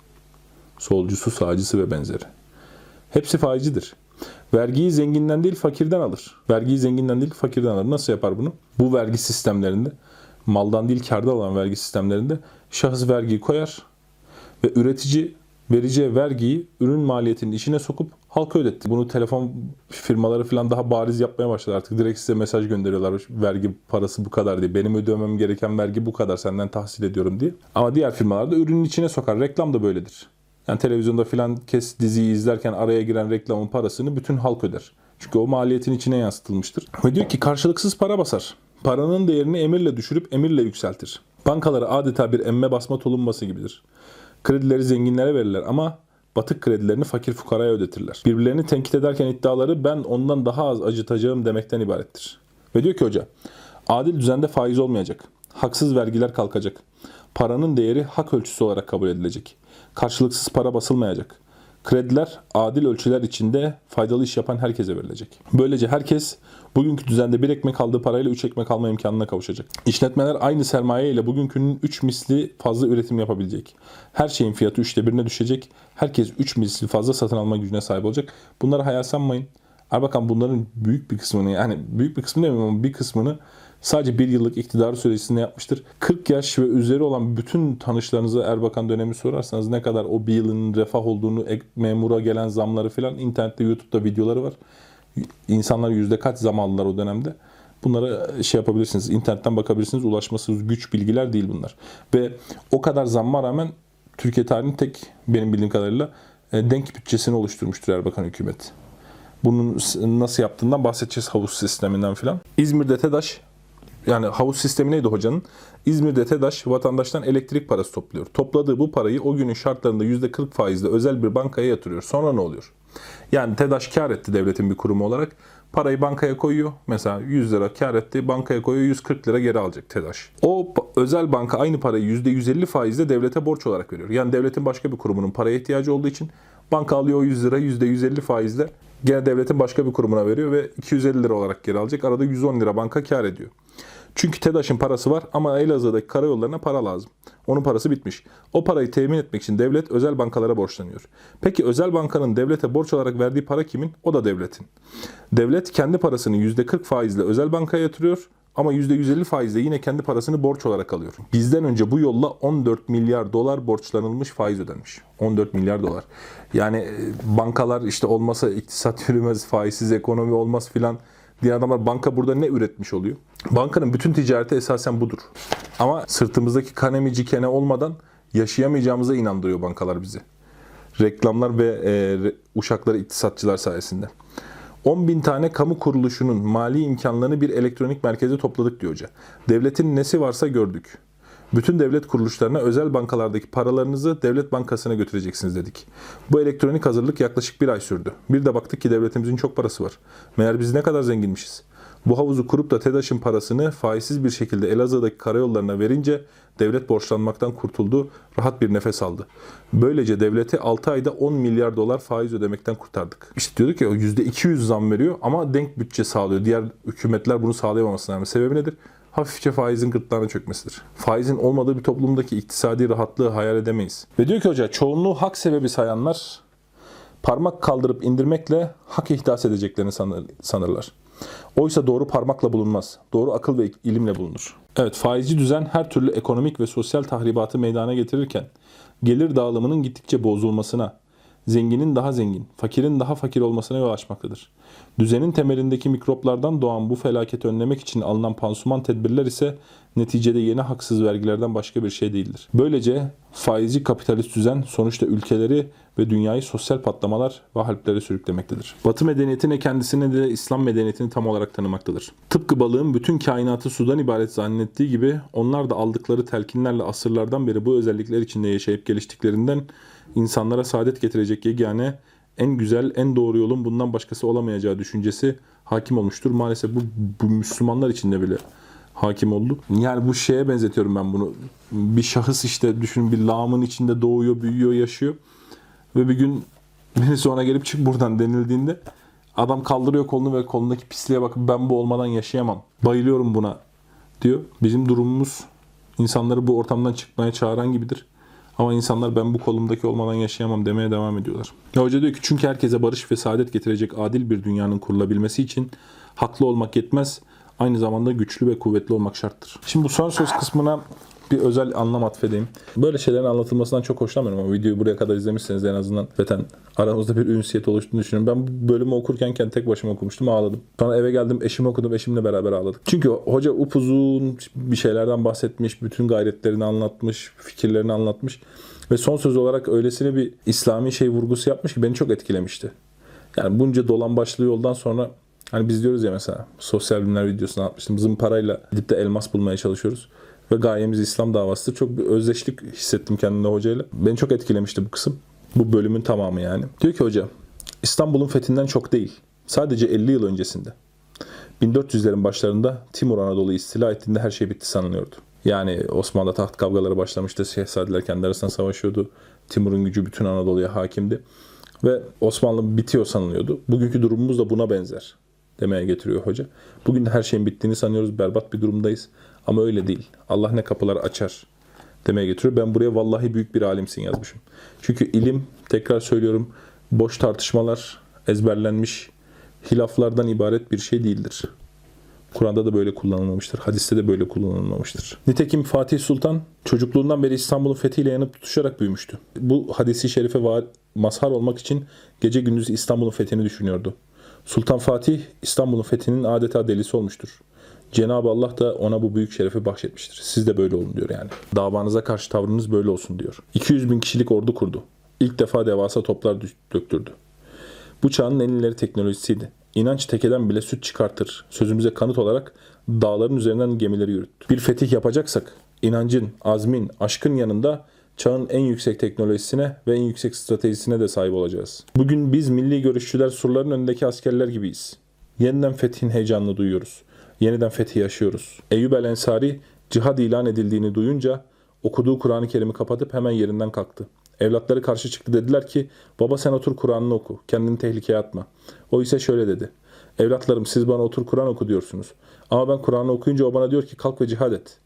Solcusu, sağcısı ve benzeri. Hepsi faizcidir. Vergiyi zenginden değil fakirden alır. Vergiyi zenginden değil fakirden alır. Nasıl yapar bunu? Bu vergi sistemlerinde, maldan değil kârda olan vergi sistemlerinde şahıs vergiyi koyar ve üretici vereceği vergiyi ürün maliyetinin içine sokup halka ödetti. Bunu telefon firmaları falan daha bariz yapmaya başladı. Artık direkt size mesaj gönderiyorlar. Vergi parası bu kadar diye. Benim ödemem gereken vergi bu kadar. Senden tahsil ediyorum diye. Ama diğer firmalar da ürünün içine sokar. Reklam da böyledir. Yani televizyonda filan kes diziyi izlerken araya giren reklamın parasını bütün halk öder. Çünkü o maliyetin içine yansıtılmıştır. Ve diyor ki karşılıksız para basar. Paranın değerini emirle düşürüp emirle yükseltir. Bankaları adeta bir emme basma tulumması gibidir. Kredileri zenginlere verirler ama batık kredilerini fakir fukaraya ödetirler. Birbirlerini tenkit ederken iddiaları ben ondan daha az acıtacağım demekten ibarettir. Ve diyor ki hoca, adil düzende faiz olmayacak. Haksız vergiler kalkacak. Paranın değeri hak ölçüsü olarak kabul edilecek. Karşılıksız para basılmayacak. Krediler adil ölçüler içinde faydalı iş yapan herkese verilecek. Böylece herkes bugünkü düzende bir ekmek aldığı parayla üç ekmek alma imkanına kavuşacak. İşletmeler aynı sermaye ile bugünkünün üç misli fazla üretim yapabilecek. Her şeyin fiyatı üçte birine düşecek. Herkes üç misli fazla satın alma gücüne sahip olacak. Bunları hayal sanmayın. Erbakan bunların büyük bir kısmını, yani büyük bir kısmını demiyorum ama bir kısmını sadece bir yıllık iktidar süresinde yapmıştır. kırk yaş ve üzeri olan bütün tanışlarınıza Erbakan dönemi sorarsanız ne kadar o bir yılın refah olduğunu, memura gelen zamları filan, internette, YouTube'da videoları var. İnsanlar yüzde kaç zam aldılar o dönemde. Bunlara şey yapabilirsiniz, internetten bakabilirsiniz. Ulaşması güç bilgiler değil bunlar. Ve o kadar zamma rağmen Türkiye tarihinin tek, benim bildiğim kadarıyla denk bütçesini oluşturmuştur Erbakan hükümeti. Bunun nasıl yaptığından bahsedeceğiz, havuz sisteminden filan. İzmir'de TEDAŞ, yani havuz sistemi neydi hocanın? İzmir'de TEDAŞ vatandaştan elektrik parası topluyor. Topladığı bu parayı o günün şartlarında yüzde kırk faizle özel bir bankaya yatırıyor. Sonra ne oluyor? Yani TEDAŞ kar etti devletin bir kurumu olarak. Parayı bankaya koyuyor. Mesela yüz lira kar etti. Bankaya koyuyor, yüz kırk lira geri alacak TEDAŞ. O özel banka aynı parayı yüzde yüz elli faizle devlete borç olarak veriyor. Yani devletin başka bir kurumunun paraya ihtiyacı olduğu için banka alıyor o yüz lira yüzde yüz elli faizle gene devletin başka bir kurumuna veriyor ve iki yüz elli lira olarak geri alacak. Arada yüz on lira banka kar ediyor. Çünkü TEDAŞ'ın parası var ama Elazığ'daki karayollarına para lazım. Onun parası bitmiş. O parayı temin etmek için devlet özel bankalara borçlanıyor. Peki özel bankanın devlete borç olarak verdiği para kimin? O da devletin. Devlet kendi parasını yüzde kırk faizle özel bankaya yatırıyor ama yüzde yüz elli faizle yine kendi parasını borç olarak alıyor. Bizden önce bu yolla on dört milyar dolar borçlanılmış, faiz ödenmiş. on dört milyar dolar. Yani bankalar işte olmasa iktisat yürümez, faizsiz ekonomi olmaz filan diye adamlar, banka burada ne üretmiş oluyor? Bankanın bütün ticareti esasen budur. Ama sırtımızdaki kanemici kene olmadan yaşayamayacağımıza inandırıyor bankalar bizi. Reklamlar ve e, uşakları iktisatçılar sayesinde. on bin tane kamu kuruluşunun mali imkanlarını bir elektronik merkeze topladık diyor hoca. Devletin nesi varsa gördük. Bütün devlet kuruluşlarına özel bankalardaki paralarınızı devlet bankasına götüreceksiniz dedik. Bu elektronik hazırlık yaklaşık bir ay sürdü. Bir de baktık ki devletimizin çok parası var. Meğer biz ne kadar zenginmişiz. Bu havuzu kurup da TEDAŞ'ın parasını faizsiz bir şekilde Elazığ'daki karayollarına verince devlet borçlanmaktan kurtuldu, rahat bir nefes aldı. Böylece devleti altı ayda on milyar dolar faiz ödemekten kurtardık. İşte diyorduk ya, yüzde iki yüz zam veriyor ama denk bütçe sağlıyor. Diğer hükümetler bunu sağlayamamasına rağmen. Sebebi nedir? Hafifçe faizin gırtlağına çökmesidir. Faizin olmadığı bir toplumdaki iktisadi rahatlığı hayal edemeyiz. Ve diyor ki hoca, çoğunluğu hak sebebi sayanlar parmak kaldırıp indirmekle hak ihdas edeceklerini sanırlar. Oysa doğru parmakla bulunmaz. Doğru akıl ve ilimle bulunur. Evet, faizci düzen her türlü ekonomik ve sosyal tahribatı meydana getirirken gelir dağılımının gittikçe bozulmasına, zenginin daha zengin, fakirin daha fakir olmasına yol açmaktadır. Düzenin temelindeki mikroplardan doğan bu felaketi önlemek için alınan pansuman tedbirler ise neticede yeni haksız vergilerden başka bir şey değildir. Böylece faizci kapitalist düzen sonuçta ülkeleri ve dünyayı sosyal patlamalar ve harplere sürüklemektedir. Batı medeniyeti ne kendisine de İslam medeniyetini tam olarak tanımaktadır. Tıpkı balığın bütün kainatı sudan ibaret zannettiği gibi onlar da aldıkları telkinlerle asırlardan beri bu özellikler içinde yaşayıp geliştiklerinden insanlara saadet getirecek yegane, en güzel, en doğru yolun bundan başkası olamayacağı düşüncesi hakim olmuştur. Maalesef bu, bu Müslümanlar içinde bile hakim oldu. Yani bu şeye benzetiyorum ben bunu. Bir şahıs işte düşünün, bir lağımın içinde doğuyor, büyüyor, yaşıyor. Ve bir gün birisi ona gelip çık buradan denildiğinde adam kaldırıyor kolunu ve kolundaki pisliğe bakıp ben bu olmadan yaşayamam, bayılıyorum buna diyor. Bizim durumumuz insanları bu ortamdan çıkmaya çağıran gibidir. Ama insanlar ben bu kolumdaki olmadan yaşayamam demeye devam ediyorlar. Ya hoca diyor ki çünkü herkese barış ve saadet getirecek adil bir dünyanın kurulabilmesi için haklı olmak yetmez, aynı zamanda güçlü ve kuvvetli olmak şarttır. Şimdi bu son söz kısmına bir özel anlam atfedeyim. Böyle şeylerin anlatılmasından çok hoşlanmıyorum ama videoyu buraya kadar izlemişseniz en azından zaten aramızda bir ünsiyet oluştuğunu düşünüyorum. Ben bu bölümü okurken tek başıma okumuştum, ağladım. Sonra eve geldim, eşim okudum, eşimle beraber ağladık. Çünkü hoca upuzun bir şeylerden bahsetmiş, bütün gayretlerini anlatmış, fikirlerini anlatmış ve son söz olarak öylesine bir İslami şey vurgusu yapmış ki beni çok etkilemişti. Yani bunca dolan başlı yoldan sonra hani biz diyoruz ya, mesela sosyal bilimler videosunu atmıştım. Zımparayla gidip de elmas bulmaya çalışıyoruz. Ve gayemiz İslam davasıdır. Çok bir özdeşlik hissettim kendimde hocayla. Beni çok etkilemişti bu kısım. Bu bölümün tamamı yani. Diyor ki hoca, İstanbul'un fethinden çok değil, sadece elli yıl öncesinde, bin dört yüzlerin başlarında Timur Anadolu'yu istila ettiğinde her şey bitti sanılıyordu. Yani Osmanlı taht kavgaları başlamıştı. Şehzadeler kendi arasında savaşıyordu. Timur'un gücü bütün Anadolu'ya hakimdi. Ve Osmanlı bitiyor sanılıyordu. Bugünkü durumumuz da buna benzer demeye getiriyor hoca. Bugün de her şeyin bittiğini sanıyoruz. Berbat bir durumdayız. Ama öyle değil. Allah ne kapılar açar demeye getiriyor. Ben buraya vallahi büyük bir alimsin yazmışım. Çünkü ilim, tekrar söylüyorum, boş tartışmalar, ezberlenmiş hilaflardan ibaret bir şey değildir. Kur'an'da da böyle kullanılmamıştır. Hadiste de böyle kullanılmamıştır. Nitekim Fatih Sultan çocukluğundan beri İstanbul'un fethiyle yanıp tutuşarak büyümüştü. Bu hadisi şerife mazhar olmak için gece gündüz İstanbul'un fethini düşünüyordu. Sultan Fatih İstanbul'un fethinin adeta delisi olmuştur. Cenab-ı Allah da ona bu büyük şerefi bahşetmiştir. Siz de böyle olun diyor yani. Davanıza karşı tavrınız böyle olsun diyor. iki yüz bin kişilik ordu kurdu. İlk defa devasa toplar döktürdü. Bu çağın en ileri teknolojisiydi. İnanç tekeden bile süt çıkartır sözümüze kanıt olarak dağların üzerinden gemileri yürüttü. Bir fetih yapacaksak inancın, azmin, aşkın yanında çağın en yüksek teknolojisine ve en yüksek stratejisine de sahip olacağız. Bugün biz milli görüşçüler surların önündeki askerler gibiyiz. Yeniden fethin heyecanını duyuyoruz. Yeniden fethi yaşıyoruz. Eyyub el-Ensari cihad ilan edildiğini duyunca okuduğu Kur'an-ı Kerim'i kapatıp hemen yerinden kalktı. Evlatları karşı çıktı, dediler ki baba sen otur Kur'an'ını oku, kendini tehlikeye atma. O ise şöyle dedi: evlatlarım siz bana otur Kur'an oku diyorsunuz. Ama ben Kur'an'ı okuyunca o bana diyor ki kalk ve cihad et.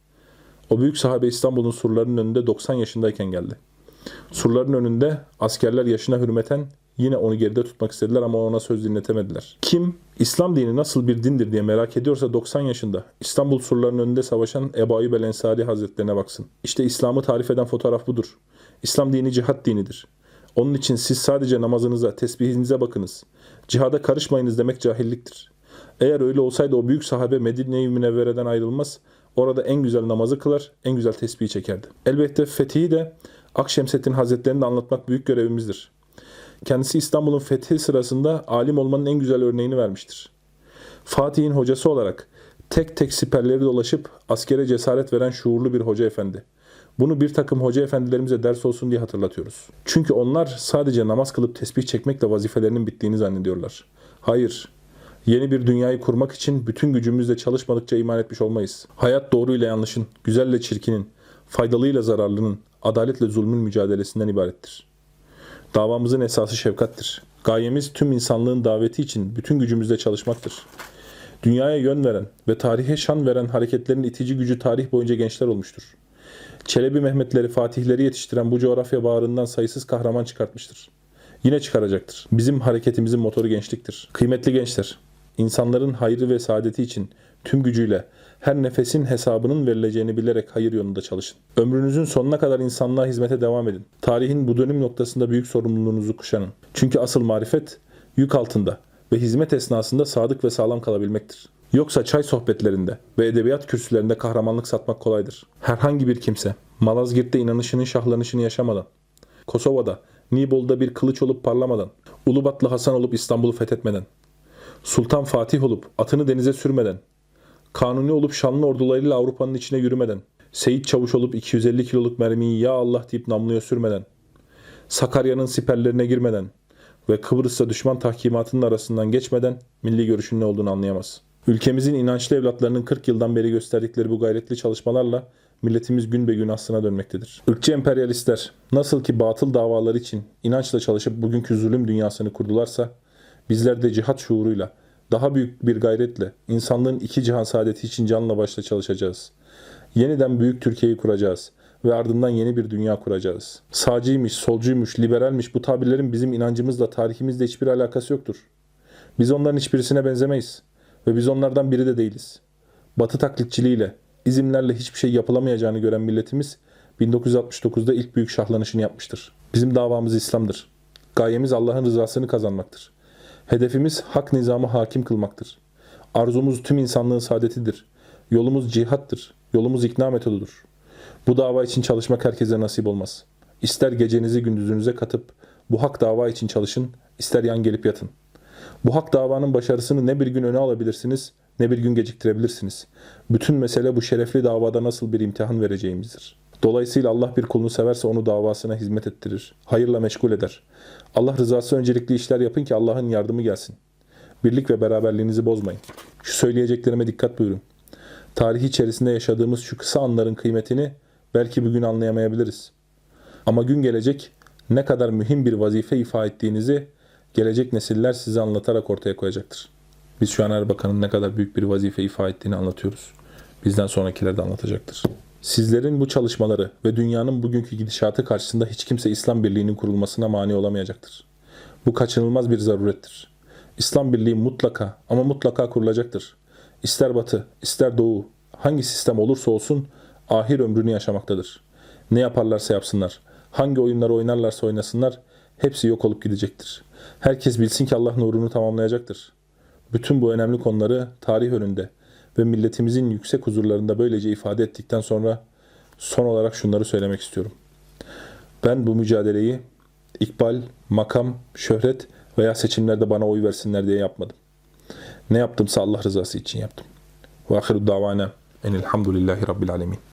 O büyük sahabe İstanbul'un surlarının önünde doksan yaşındayken geldi. Surların önünde askerler yaşına hürmeten yine onu geride tutmak istediler ama ona söz dinletemediler. Kim İslam dini nasıl bir dindir diye merak ediyorsa doksan yaşında İstanbul surlarının önünde savaşan Ebu Eyyub el-Ensari Hazretlerine baksın. İşte İslam'ı tarif eden fotoğraf budur. İslam dini cihat dinidir. Onun için siz sadece namazınıza, tesbihinize bakınız. Cihada karışmayınız demek cahilliktir. Eğer öyle olsaydı o büyük sahabe Medine-i Münevvere'den ayrılmaz, orada en güzel namazı kılar, en güzel tesbihi çekerdi. Elbette fethiyi de Akşemseddin Hazretlerini de anlatmak büyük görevimizdir. Kendisi İstanbul'un fethi sırasında alim olmanın en güzel örneğini vermiştir. Fatih'in hocası olarak tek tek siperleri dolaşıp askere cesaret veren şuurlu bir hoca efendi. Bunu bir takım hoca efendilerimize ders olsun diye hatırlatıyoruz. Çünkü onlar sadece namaz kılıp tesbih çekmekle vazifelerinin bittiğini zannediyorlar. Hayır, yeni bir dünyayı kurmak için bütün gücümüzle çalışmadıkça iman etmiş olmayız. Hayat doğruyla yanlışın, güzelle çirkinin, faydalıyla zararlının, adaletle zulmün mücadelesinden ibarettir. Davamızın esası şefkattir. Gayemiz tüm insanlığın daveti için bütün gücümüzle çalışmaktır. Dünyaya yön veren ve tarihe şan veren hareketlerin itici gücü tarih boyunca gençler olmuştur. Çelebi Mehmetleri, Fatihleri yetiştiren bu coğrafya bağrından sayısız kahraman çıkartmıştır. Yine çıkaracaktır. Bizim hareketimizin motoru gençliktir. Kıymetli gençler, insanların hayrı ve saadeti için tüm gücüyle her nefesin hesabının verileceğini bilerek hayır yolunda çalışın. Ömrünüzün sonuna kadar insanlığa hizmete devam edin. Tarihin bu dönüm noktasında büyük sorumluluğunuzu kuşanın. Çünkü asıl marifet yük altında ve hizmet esnasında sadık ve sağlam kalabilmektir. Yoksa çay sohbetlerinde ve edebiyat kürsülerinde kahramanlık satmak kolaydır. Herhangi bir kimse Malazgirt'te inanışının şahlanışını yaşamadan, Kosova'da, Nibolu'da bir kılıç olup parlamadan, Ulubatlı Hasan olup İstanbul'u fethetmeden, Sultan Fatih olup atını denize sürmeden, Kanuni olup şanlı ordularıyla Avrupa'nın içine yürümeden, Seyit Çavuş olup iki yüz elli kiloluk mermiyi ya Allah deyip namluya sürmeden, Sakarya'nın siperlerine girmeden ve Kıbrıs'ta düşman tahkimatının arasından geçmeden milli görüşün ne olduğunu anlayamaz. Ülkemizin inançlı evlatlarının kırk yıldan beri gösterdikleri bu gayretli çalışmalarla milletimiz gün be gün aslına dönmektedir. Irkçı emperyalistler nasıl ki batıl davalar için inançla çalışıp bugünkü zulüm dünyasını kurdularsa, bizler de cihat şuuruyla, daha büyük bir gayretle insanlığın iki cihan saadeti için canla başla çalışacağız. Yeniden büyük Türkiye'yi kuracağız ve ardından yeni bir dünya kuracağız. Sağcıymış, solcuymuş, liberalmiş bu tabirlerin bizim inancımızla, tarihimizle hiçbir alakası yoktur. Biz onların hiçbirisine benzemeyiz ve biz onlardan biri de değiliz. Batı taklitçiliğiyle, izimlerle hiçbir şey yapılamayacağını gören milletimiz bin dokuz yüz altmış dokuzda ilk büyük şahlanışını yapmıştır. Bizim davamız İslam'dır. Gayemiz Allah'ın rızasını kazanmaktır. Hedefimiz hak nizamı hakim kılmaktır. Arzumuz tüm insanlığın saadetidir. Yolumuz cihattır. Yolumuz ikna metodudur. Bu dava için çalışmak herkese nasip olmaz. İster gecenizi gündüzünüze katıp bu hak dava için çalışın, ister yan gelip yatın. Bu hak davanın başarısını ne bir gün öne alabilirsiniz, ne bir gün geciktirebilirsiniz. Bütün mesele bu şerefli davada nasıl bir imtihan vereceğimizdir. Dolayısıyla Allah bir kulunu severse onu davasına hizmet ettirir. Hayırla meşgul eder. Allah rızası öncelikli işler yapın ki Allah'ın yardımı gelsin. Birlik ve beraberliğinizi bozmayın. Şu söyleyeceklerime dikkat buyurun. Tarih içerisinde yaşadığımız şu kısa anların kıymetini belki bugün anlayamayabiliriz. Ama gün gelecek ne kadar mühim bir vazife ifa ettiğinizi gelecek nesiller size anlatarak ortaya koyacaktır. Biz şu an Erbakan'ın ne kadar büyük bir vazife ifa ettiğini anlatıyoruz. Bizden sonrakiler de anlatacaktır. Sizlerin bu çalışmaları ve dünyanın bugünkü gidişatı karşısında hiç kimse İslam Birliği'nin kurulmasına mani olamayacaktır. Bu kaçınılmaz bir zarurettir. İslam Birliği mutlaka ama mutlaka kurulacaktır. İster Batı, ister Doğu, hangi sistem olursa olsun ahir ömrünü yaşamaktadır. Ne yaparlarsa yapsınlar, hangi oyunları oynarlarsa oynasınlar, hepsi yok olup gidecektir. Herkes bilsin ki Allah nurunu tamamlayacaktır. Bütün bu önemli konuları tarih önünde ve milletimizin yüksek huzurlarında böylece ifade ettikten sonra son olarak şunları söylemek istiyorum. Ben bu mücadeleyi ikbal, makam, şöhret veya seçimlerde bana oy versinler diye yapmadım. Ne yaptımsa Allah rızası için yaptım. Ve ahiru davana enelhamdülillahi rabbil alemin.